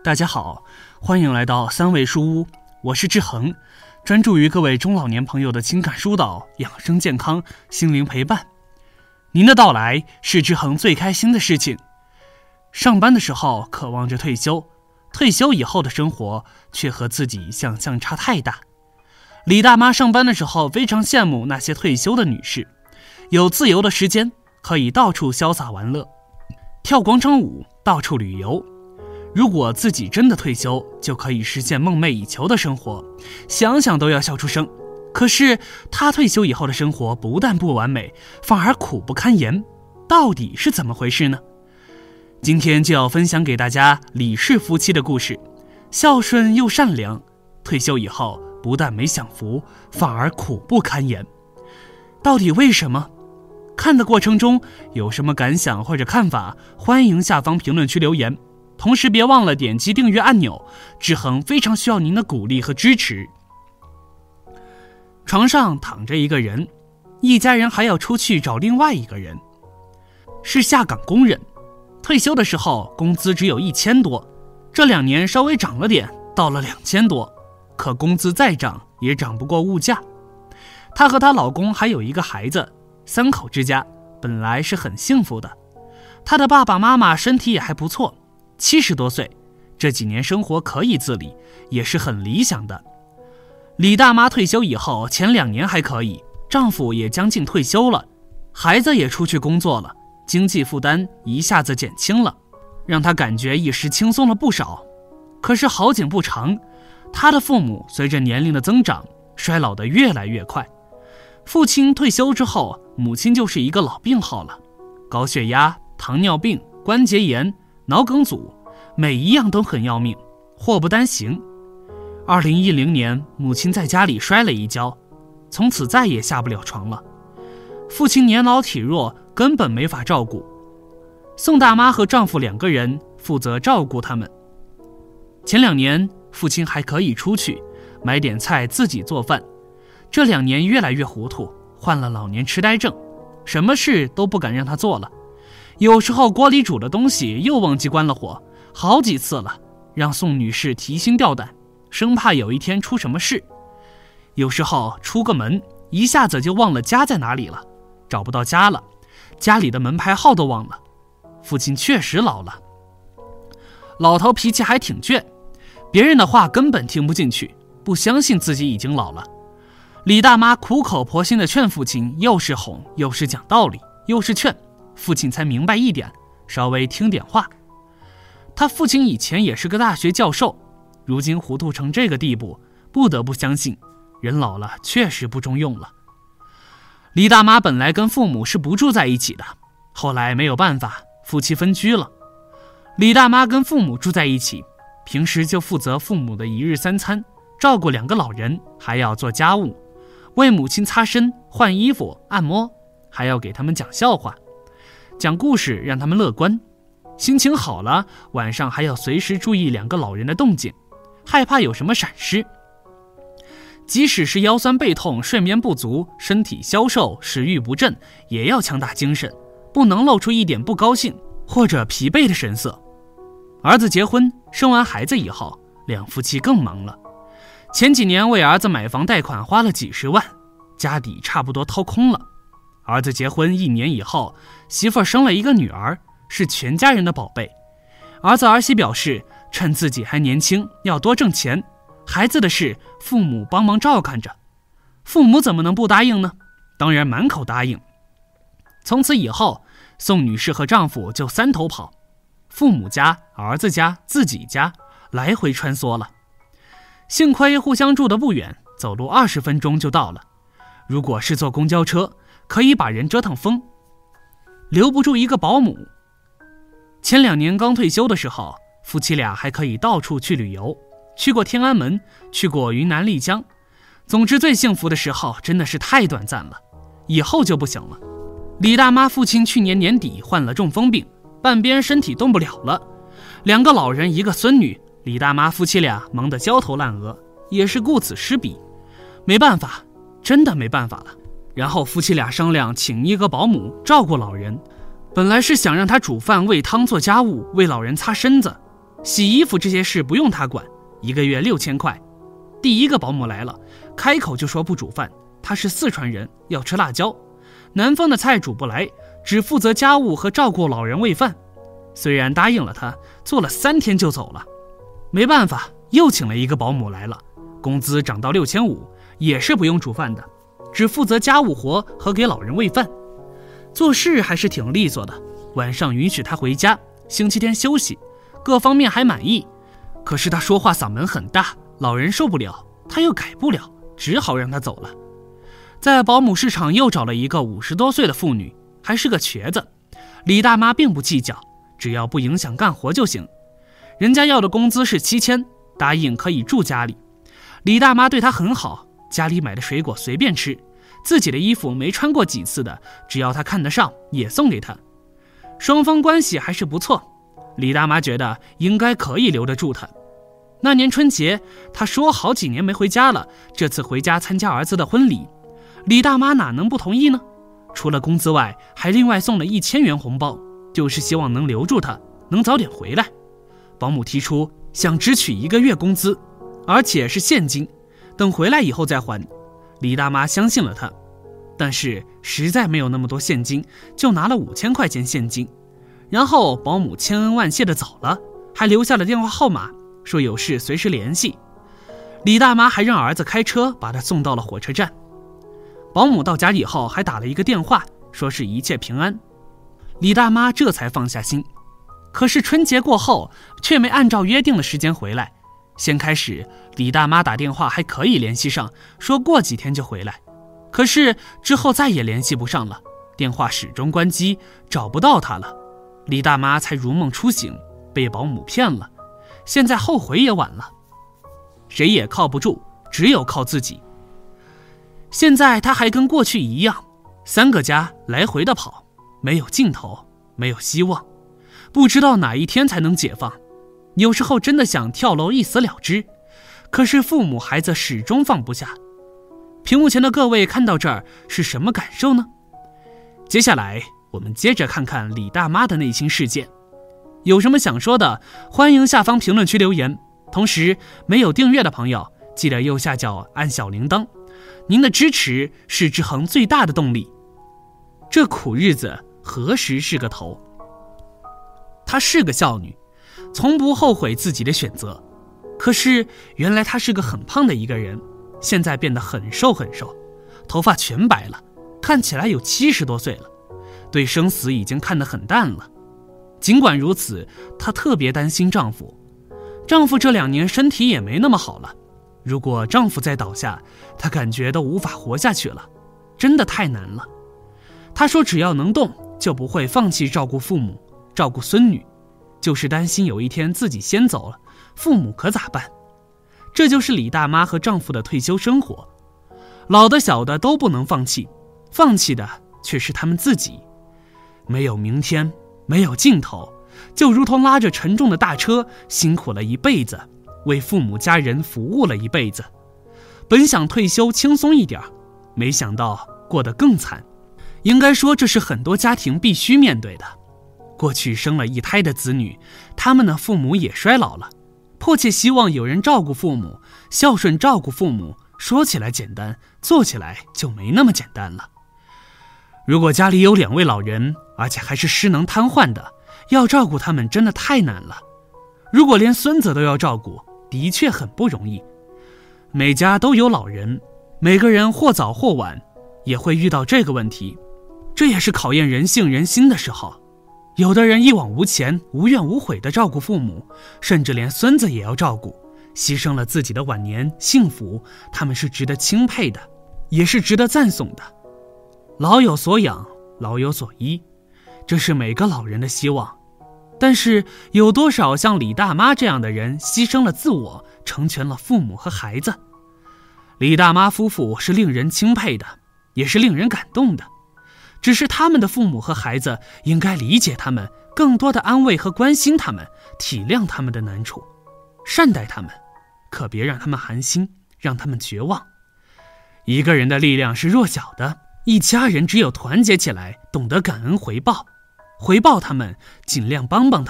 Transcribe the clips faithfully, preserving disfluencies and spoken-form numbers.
大家好，欢迎来到三味书屋，我是志恒，专注于各位中老年朋友的情感疏导、养生健康、心灵陪伴。您的到来是志恒最开心的事情。上班的时候渴望着退休，退休以后的生活却和自己想象差太大。李大妈上班的时候非常羡慕那些退休的女士，有自由的时间，可以到处潇洒玩乐，跳广场舞，到处旅游。如果自己真的退休，就可以实现梦寐以求的生活，想想都要笑出声。可是她退休以后的生活不但不完美，反而苦不堪言，到底是怎么回事呢？今天就要分享给大家李氏夫妻的故事，孝顺又善良，退休以后不但没享福，反而苦不堪言。到底为什么？看的过程中有什么感想或者看法，欢迎下方评论区留言。同时别忘了点击订阅按钮，志恒非常需要您的鼓励和支持。床上躺着一个人，一家人还要出去找另外一个人，是下岗工人。退休的时候工资只有一千多，这两年稍微涨了点，到了两千多，可工资再涨也涨不过物价。她和她老公还有一个孩子，三口之家本来是很幸福的。她的爸爸妈妈身体也还不错，七十多岁，这几年生活可以自理，也是很理想的。李大妈退休以后，前两年还可以，丈夫也将近退休了，孩子也出去工作了，经济负担一下子减轻了，让她感觉一时轻松了不少。可是好景不长，她的父母随着年龄的增长，衰老得越来越快。父亲退休之后，母亲就是一个老病号了，高血压、糖尿病、关节炎、脑梗阻，每一样都很要命，祸不单行。二零一零年，母亲在家里摔了一跤，从此再也下不了床了。父亲年老体弱，根本没法照顾。宋大妈和丈夫两个人负责照顾他们。前两年，父亲还可以出去买点菜自己做饭，这两年越来越糊涂，患了老年痴呆症，什么事都不敢让他做了。有时候锅里煮的东西又忘记关了火，好几次了，让宋女士提心吊胆，生怕有一天出什么事。有时候出个门，一下子就忘了家在哪里了，找不到家了，家里的门牌号都忘了。父亲确实老了，老头脾气还挺倔，别人的话根本听不进去，不相信自己已经老了。李大妈苦口婆心地劝父亲，又是哄，又是讲道理，又是劝，父亲才明白一点，稍微听点话。他父亲以前也是个大学教授，如今糊涂成这个地步，不得不相信人老了确实不中用了。李大妈本来跟父母是不住在一起的，后来没有办法，夫妻分居了。李大妈跟父母住在一起，平时就负责父母的一日三餐，照顾两个老人，还要做家务，为母亲擦身、换衣服、按摩，还要给他们讲笑话，讲故事让他们乐观。心情好了，晚上还要随时注意两个老人的动静，害怕有什么闪失。即使是腰酸背痛、睡眠不足、身体消瘦、食欲不振，也要强打精神，不能露出一点不高兴或者疲惫的神色。儿子结婚生完孩子以后，两夫妻更忙了。前几年为儿子买房贷款花了几十万，家底差不多掏空了。儿子结婚一年以后，媳妇儿生了一个女儿，是全家人的宝贝。儿子儿媳表示，趁自己还年轻，要多挣钱，孩子的事父母帮忙照看着。父母怎么能不答应呢？当然满口答应。从此以后，宋女士和丈夫就三头跑，父母家、儿子家、自己家，来回穿梭了。幸亏互相住得不远，走路二十分钟就到了。如果是坐公交车，可以把人折腾疯，留不住一个保姆。前两年刚退休的时候，夫妻俩还可以到处去旅游，去过天安门，去过云南丽江。总之最幸福的时候真的是太短暂了，以后就不行了。李大妈父亲去年年底患了中风病，半边身体动不了了，两个老人一个孙女，李大妈夫妻俩忙得焦头烂额，也是顾此失彼。没办法，真的没办法了。然后夫妻俩商量请一个保姆照顾老人，本来是想让他煮饭、喂汤、做家务、为老人擦身子， 洗衣服这些事不用他管，一个月六千块。第一个保姆来了，开口就说不煮饭，他是四川人，要吃辣椒，南方的菜煮不来，只负责家务和照顾老人喂饭。虽然答应了他，做了三天就走了。没办法，又请了一个保姆来了，工资涨到六千五，也是不用煮饭的，只负责家务活和给老人喂饭。做事还是挺利索的，晚上允许他回家，星期天休息，各方面还满意。可是他说话嗓门很大，老人受不了，他又改不了，只好让他走了。在保姆市场又找了一个五十多岁的妇女，还是个瘸子。李大妈并不计较，只要不影响干活就行。人家要的工资是七千，答应可以住家里。李大妈对她很好，家里买的水果随便吃，自己的衣服没穿过几次的，只要她看得上也送给她。双方关系还是不错，李大妈觉得应该可以留得住她。那年春节，她说好几年没回家了，这次回家参加儿子的婚礼，李大妈哪能不同意呢？除了工资外，还另外送了一千元红包，就是希望能留住她，能早点回来。保姆提出想只取一个月工资，而且是现金，等回来以后再还。李大妈相信了他，但是实在没有那么多现金，就拿了五千块钱现金。然后保姆千恩万谢的走了，还留下了电话号码，说有事随时联系。李大妈还让儿子开车把他送到了火车站。保姆到家以后还打了一个电话，说是一切平安。李大妈这才放下心。可是春节过后却没按照约定的时间回来。先开始李大妈打电话还可以联系上，说过几天就回来，可是之后再也联系不上了，电话始终关机，找不到她了。李大妈才如梦初醒，被保姆骗了，现在后悔也晚了。谁也靠不住，只有靠自己。现在她还跟过去一样，三个家来回的跑，没有尽头，没有希望，不知道哪一天才能解放。有时候真的想跳楼一死了之，可是父母孩子始终放不下。屏幕前的各位看到这儿是什么感受呢？接下来我们接着看看李大妈的内心世界。有什么想说的，欢迎下方评论区留言。同时没有订阅的朋友，记得右下角按小铃铛，您的支持是志恒最大的动力。这苦日子何时是个头？她是个孝女，从不后悔自己的选择。可是原来她是个很胖的一个人，现在变得很瘦很瘦，头发全白了，看起来有七十多岁了，对生死已经看得很淡了。尽管如此，她特别担心丈夫。丈夫这两年身体也没那么好了，如果丈夫再倒下，她感觉都无法活下去了，真的太难了。她说只要能动，就不会放弃照顾父母，照顾孙女，就是担心有一天自己先走了，父母可咋办？这就是李大妈和丈夫的退休生活，老的小的都不能放弃，放弃的却是他们自己。没有明天，没有尽头，就如同拉着沉重的大车，辛苦了一辈子，为父母家人服务了一辈子。本想退休轻松一点，没想到过得更惨。应该说这是很多家庭必须面对的。过去生了一胎的子女，他们的父母也衰老了，迫切希望有人照顾父母，孝顺照顾父母，说起来简单，做起来就没那么简单了。如果家里有两位老人，而且还是失能瘫痪的，要照顾他们真的太难了。如果连孙子都要照顾，的确很不容易。每家都有老人，每个人或早或晚也会遇到这个问题，这也是考验人性人心的时候。有的人一往无前，无怨无悔地照顾父母，甚至连孙子也要照顾，牺牲了自己的晚年幸福，他们是值得钦佩的，也是值得赞颂的。老有所养，老有所依，这是每个老人的希望。但是有多少像李大妈这样的人牺牲了自我，成全了父母和孩子？李大妈夫妇是令人钦佩的，也是令人感动的。只是他们的父母和孩子应该理解他们，更多的安慰和关心他们，体谅他们的难处，善待他们，可别让他们寒心，让他们绝望。一个人的力量是弱小的，一家人只有团结起来，懂得感恩回报，回报他们，尽量帮帮他们，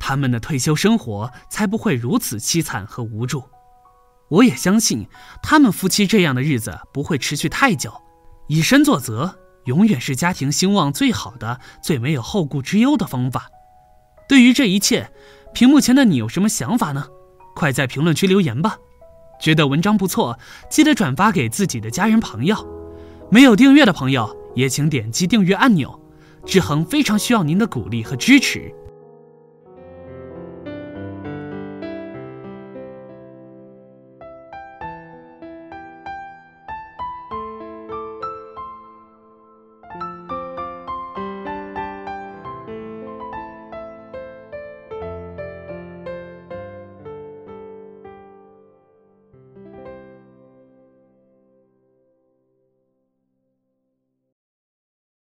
他们的退休生活才不会如此凄惨和无助。我也相信他们夫妻这样的日子不会持续太久。以身作则永远是家庭兴旺最好的、最没有后顾之忧的方法。对于这一切，屏幕前的你有什么想法呢？快在评论区留言吧。觉得文章不错，记得转发给自己的家人朋友。没有订阅的朋友也请点击订阅按钮。志恒非常需要您的鼓励和支持。